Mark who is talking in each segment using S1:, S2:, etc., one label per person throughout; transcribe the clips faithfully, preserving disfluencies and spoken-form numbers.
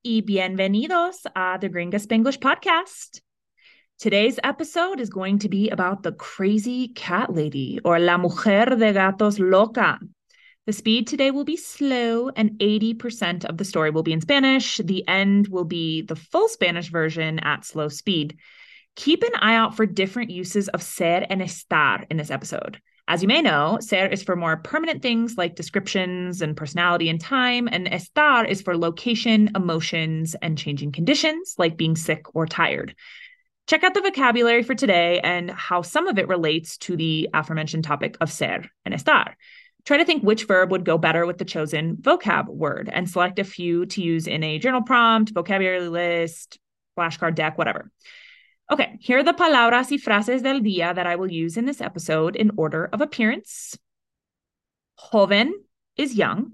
S1: y bienvenidos a the Gringa Spanglish podcast. Today's episode is going to be about the crazy cat lady, or La Mujer de Gatos Loca. The speed today will be slow, and eighty percent of the story will be in Spanish. The end will be the full Spanish version at slow speed. Keep an eye out for different uses of ser and estar in this episode. As you may know, ser is for more permanent things like descriptions and personality and time, and estar is for location, emotions, and changing conditions like being sick or tired. Check out the vocabulary for today and how some of it relates to the aforementioned topic of ser and estar. Try to think which verb would go better with the chosen vocab word and select a few to use in a journal prompt, vocabulary list, flashcard deck, whatever. Okay, here are the palabras y frases del día that I will use in this episode in order of appearance. Joven is young.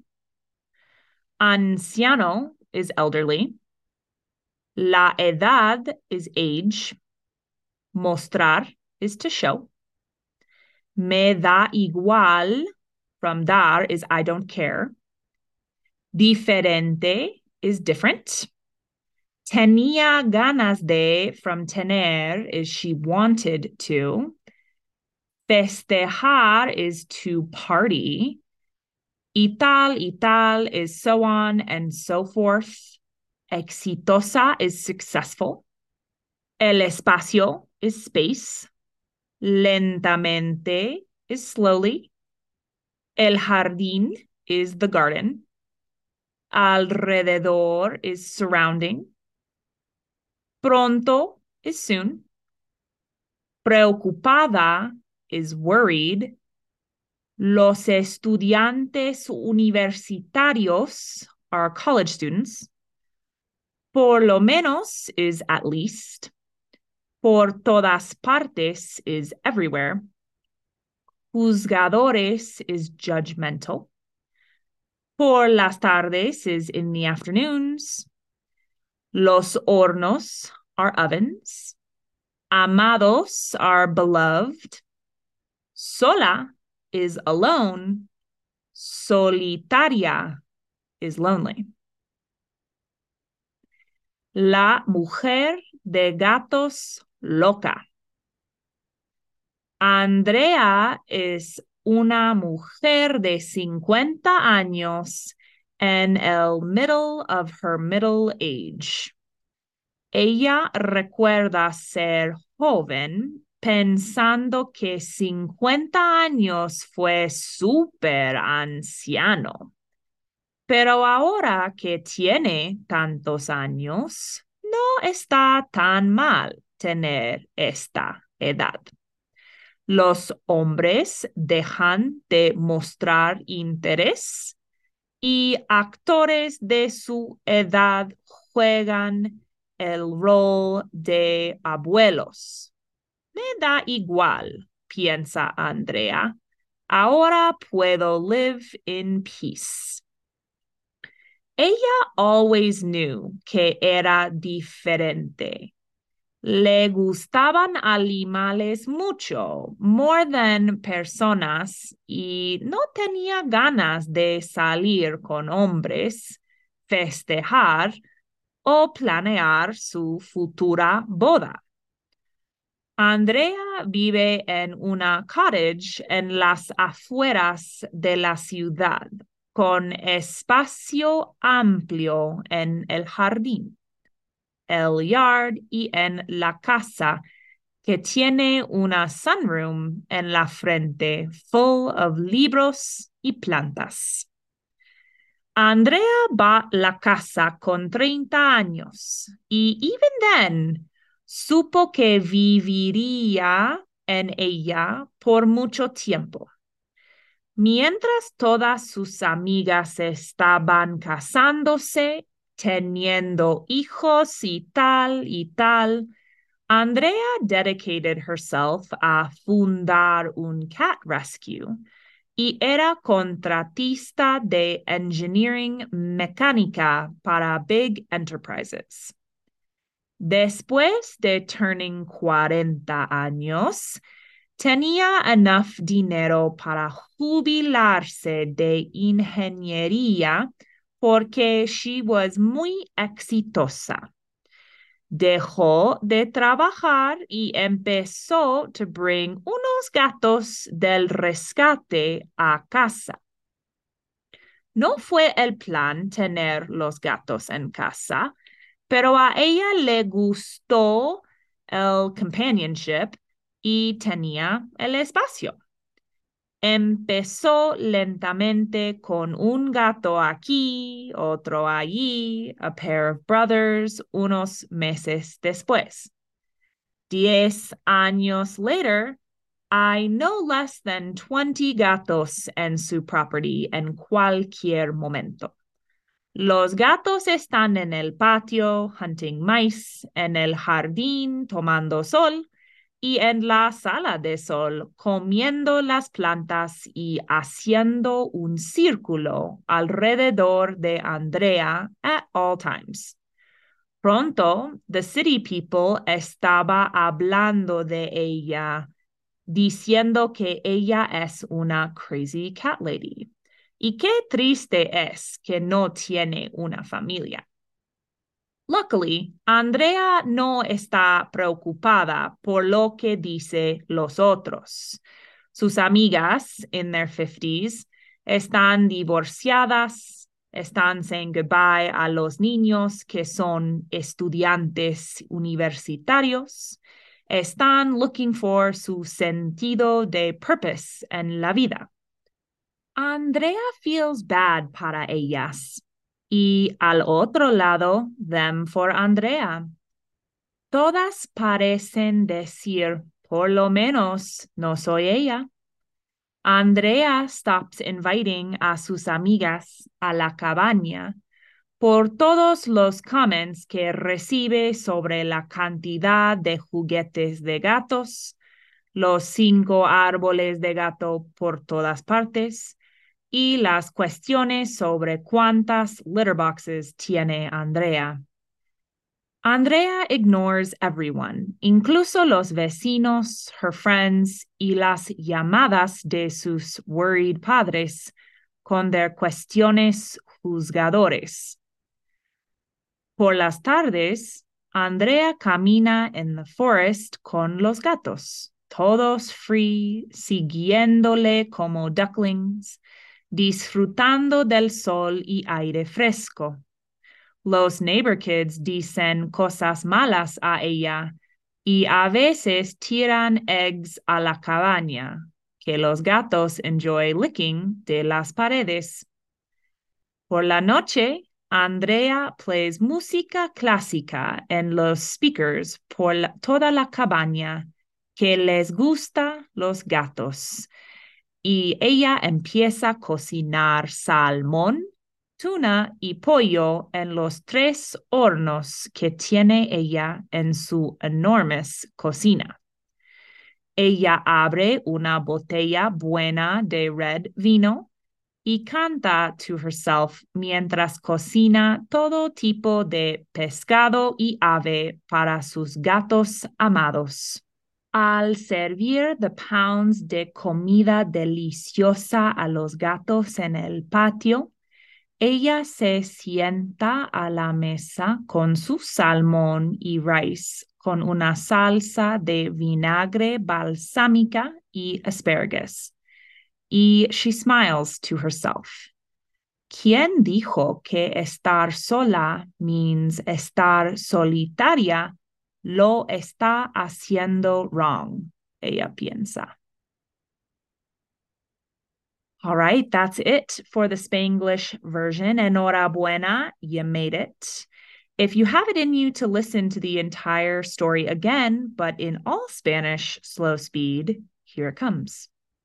S1: Anciano is elderly. La edad is age. Mostrar is to show. Me da igual, from dar, is I don't care. Diferente is different. Tenía ganas de, from tener, is she wanted to. Festejar is to party. Y tal, y tal is so on and so forth. Exitosa is successful. El espacio is space. Lentamente is slowly. El jardín is the garden. Alrededor is surrounding. Pronto is soon. Preocupada is worried. Los estudiantes universitarios are college students. Por lo menos is at least. Por todas partes is everywhere. Juzgadores is judgmental. Por las tardes is in the afternoons. Los hornos are ovens. Amados are beloved. Sola is alone. Solitaria is lonely. La Mujer de Gatos Loca. Andrea es una mujer de cincuenta años in el middle of her middle age. Ella recuerda ser joven pensando que cincuenta años fue súper anciano. Pero ahora que tiene tantos años, no está tan mal tener esta edad. Los hombres dejan de mostrar interés y actores de su edad juegan el rol de abuelos. Me da igual, piensa Andrea. Ahora puedo live in peace. Ella always knew que era diferente. Le gustaban animales mucho, more than personas, y no tenía ganas de salir con hombres, festejar o planear su futura boda. Andrea vive en una cottage en las afueras de la ciudad, con espacio amplio en el jardín, el yard y en la casa, que tiene una sunroom en la frente full of libros y plantas. Andrea va a la casa con treinta años y even then supo que viviría en ella por mucho tiempo. Mientras todas sus amigas estaban casándose, teniendo hijos y tal y tal, Andrea dedicated herself a fundar un cat rescue y era contratista de engineering mecánica para big enterprises. Después de turning cuarenta años, tenía enough dinero para jubilarse de ingeniería porque she was muy exitosa. Dejó de trabajar y empezó to bring unos gatos del rescate a casa. No fue el plan tener los gatos en casa, pero a ella le gustó el companionship y tenía el espacio. Empezó lentamente con un gato aquí, otro allí, a pair of brothers, unos meses después. Diez años later, hay no less than twenty gatos en su property en cualquier momento. Los gatos están en el patio hunting mice, en el jardín tomando sol y en la sala de sol comiendo las plantas y haciendo un círculo alrededor de Andrea at all times. Pronto, the city people estaba hablando de ella, diciendo que ella es una crazy cat lady. Y qué triste es que no tiene una familia. Luckily, Andrea no está preocupada por lo que dice los otros. Sus amigas in their fifties están divorciadas, están saying goodbye a los niños que son estudiantes universitarios, están looking for su sentido de purpose en la vida. Andrea feels bad para ellas. Y al otro lado, them for Andrea. Todas parecen decir, por lo menos no soy ella. Andrea stops inviting a sus amigas a la cabaña por todos los comments que recibe sobre la cantidad de juguetes de gatos, los cinco árboles de gato por todas partes, y las cuestiones sobre cuántas litter boxes tiene Andrea. Andrea ignores everyone, incluso los vecinos, her friends, y las llamadas de sus worried padres con their cuestiones juzgadores. Por las tardes, Andrea camina en the forest con los gatos, todos free, siguiéndole como ducklings, disfrutando del sol y aire fresco. Los neighbor kids dicen cosas malas a ella y a veces tiran eggs a la cabaña, que los gatos enjoy licking de las paredes. Por la noche, Andrea plays música clásica en los speakers por la, toda la cabaña, que les gusta los gatos. Y ella empieza a cocinar salmón, tuna y pollo en los tres hornos que tiene ella en su enormous cocina. Ella abre una botella buena de red vino y canta to herself mientras cocina todo tipo de pescado y ave para sus gatos amados. Al servir the pounds de comida deliciosa a los gatos en el patio, ella se sienta a la mesa con su salmón y rice con una salsa de vinagre balsámica y asparagus. Y she smiles to herself. ¿Quién dijo que estar sola means estar solitaria? Lo está haciendo wrong, ella piensa. All right, that's it for the Spanglish version. Enhorabuena, you made it. If you have it in you to listen to the entire story again, but in all Spanish slow speed, here it comes.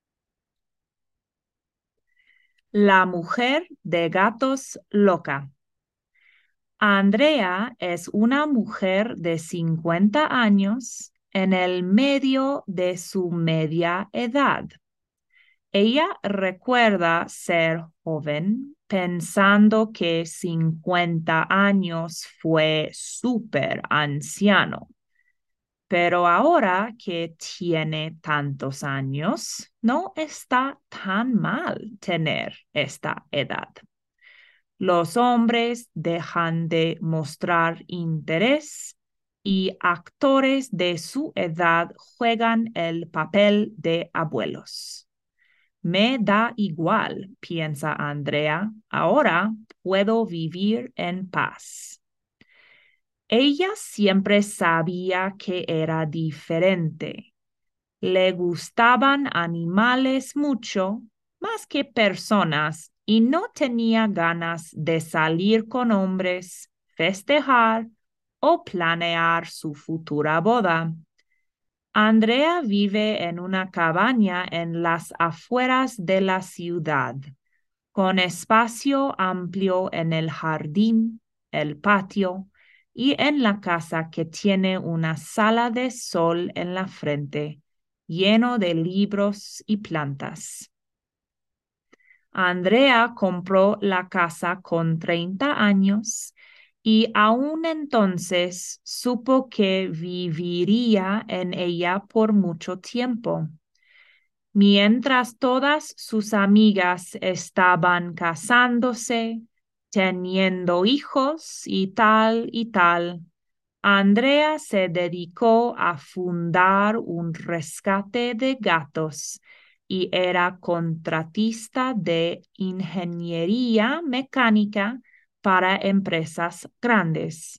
S1: La mujer de gatos loca. Andrea es una mujer de cincuenta años en el medio de su media edad. Ella recuerda ser joven pensando que cincuenta años fue súper anciano. Pero ahora que tiene tantos años, no está tan mal tener esta edad. Los hombres dejan de mostrar interés y actores de su edad juegan el papel de abuelos. Me da igual, piensa Andrea. Ahora puedo vivir en paz. Ella siempre sabía que era diferente. Le gustaban animales mucho, más que personas, y no tenía ganas de salir con hombres, festejar o planear su futura boda. Andrea vive en una cabaña en las afueras de la ciudad, con espacio amplio en el jardín, el patio y en la casa que tiene una sala de sol en la frente, lleno de libros y plantas. Andrea compró la casa con treinta años y aún entonces supo que viviría en ella por mucho tiempo. Mientras todas sus amigas estaban casándose, teniendo hijos y tal y tal, Andrea se dedicó a fundar un rescate de gatos y era contratista de ingeniería mecánica para empresas grandes.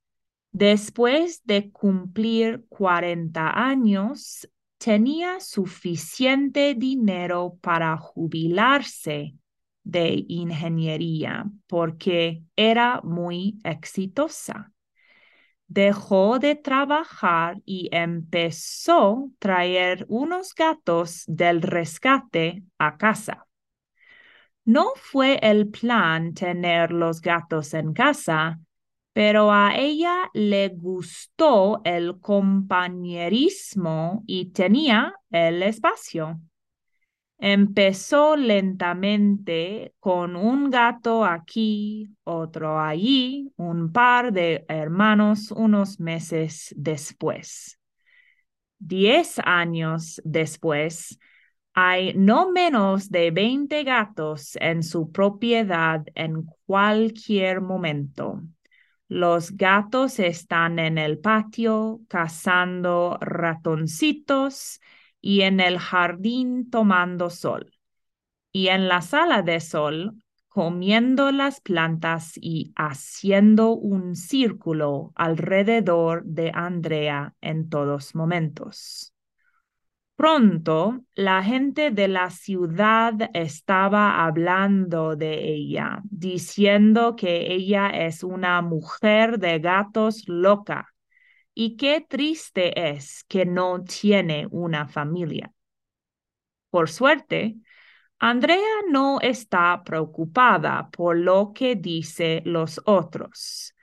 S1: Después de cumplir cuarenta años, tenía suficiente dinero para jubilarse de ingeniería porque era muy exitosa. Dejó de trabajar y empezó a traer unos gatos del rescate a casa. No fue el plan tener los gatos en casa, pero a ella le gustó el compañerismo y tenía el espacio. Empezó lentamente con un gato aquí, otro allí, un par de hermanos unos meses después. Diez años después, hay no menos de veinte gatos en su propiedad en cualquier momento. Los gatos están en el patio cazando ratoncitos y en el jardín tomando sol. Y en la sala de sol comiendo las plantas y haciendo un círculo alrededor de Andrea en todos momentos. Pronto, la gente de la ciudad estaba hablando de ella, diciendo que ella es una mujer de gatos loca y qué triste es que no tiene una familia. Por suerte, Andrea no está preocupada por lo que dicen los otros.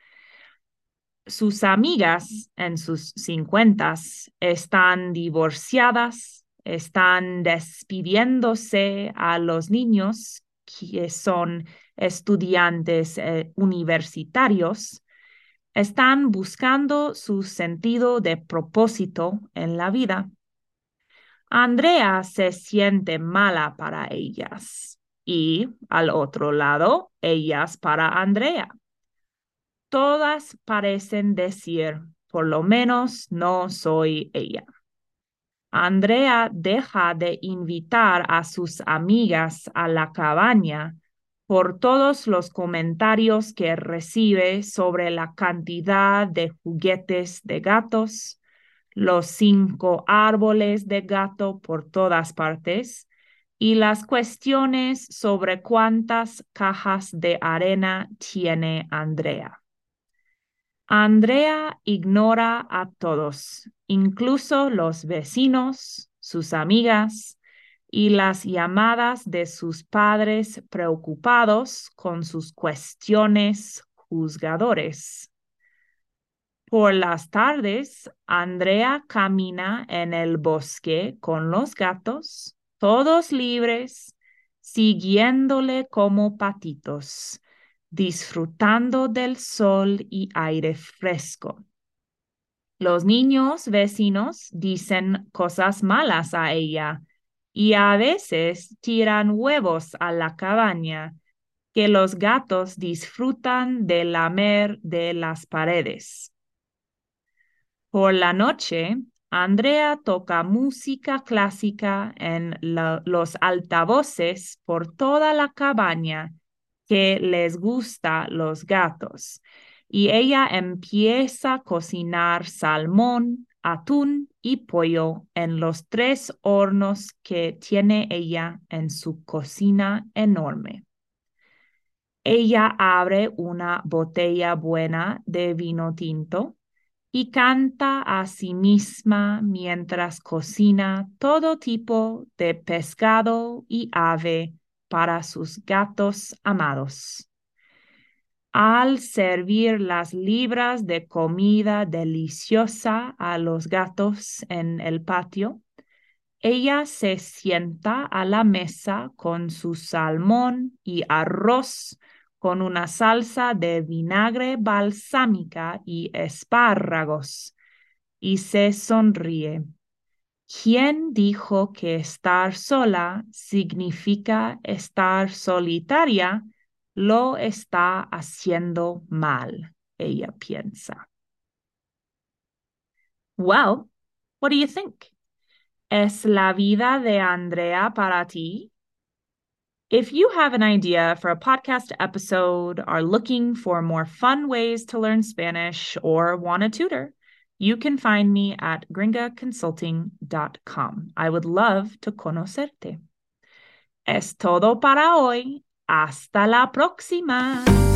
S1: Sus amigas en sus cincuentas están divorciadas, están despidiéndose a los niños que son estudiantes eh, universitarios, están buscando su sentido de propósito en la vida. Andrea se siente mala para ellas y, al otro lado, ellas para Andrea. Todas parecen decir, por lo menos no soy ella. Andrea deja de invitar a sus amigas a la cabaña por todos los comentarios que recibe sobre la cantidad de juguetes de gatos, los cinco árboles de gato por todas partes y las cuestiones sobre cuántas cajas de arena tiene Andrea. Andrea ignora a todos, incluso los vecinos, sus amigas y las llamadas de sus padres preocupados con sus cuestiones juzgadores. Por las tardes, Andrea camina en el bosque con los gatos, todos libres, siguiéndole como patitos, disfrutando del sol y aire fresco. Los niños vecinos dicen cosas malas a ella y a veces tiran huevos a la cabaña, que los gatos disfrutan de lamer de las paredes. Por la noche, Andrea toca música clásica en la, los altavoces por toda la cabaña que les gusta los gatos. Y ella empieza a cocinar salmón, atún y pollo en los tres hornos que tiene ella en su cocina enorme. Ella abre una botella buena de vino tinto y canta a sí misma mientras cocina todo tipo de pescado y ave para sus gatos amados. Al servir las libras de comida deliciosa a los gatos en el patio, ella se sienta a la mesa con su salmón y arroz con una salsa de vinagre balsámica y espárragos, y se sonríe. ¿Quién dijo que estar sola significa estar solitaria? Lo está haciendo mal, ella piensa. Well, what do you think? ¿Es la vida de Andrea para ti? If you have an idea for a podcast episode, are looking for more fun ways to learn Spanish, or want a tutor, you can find me at gringa consulting dot com. I would love to conocerte. Es todo para hoy. Hasta la próxima.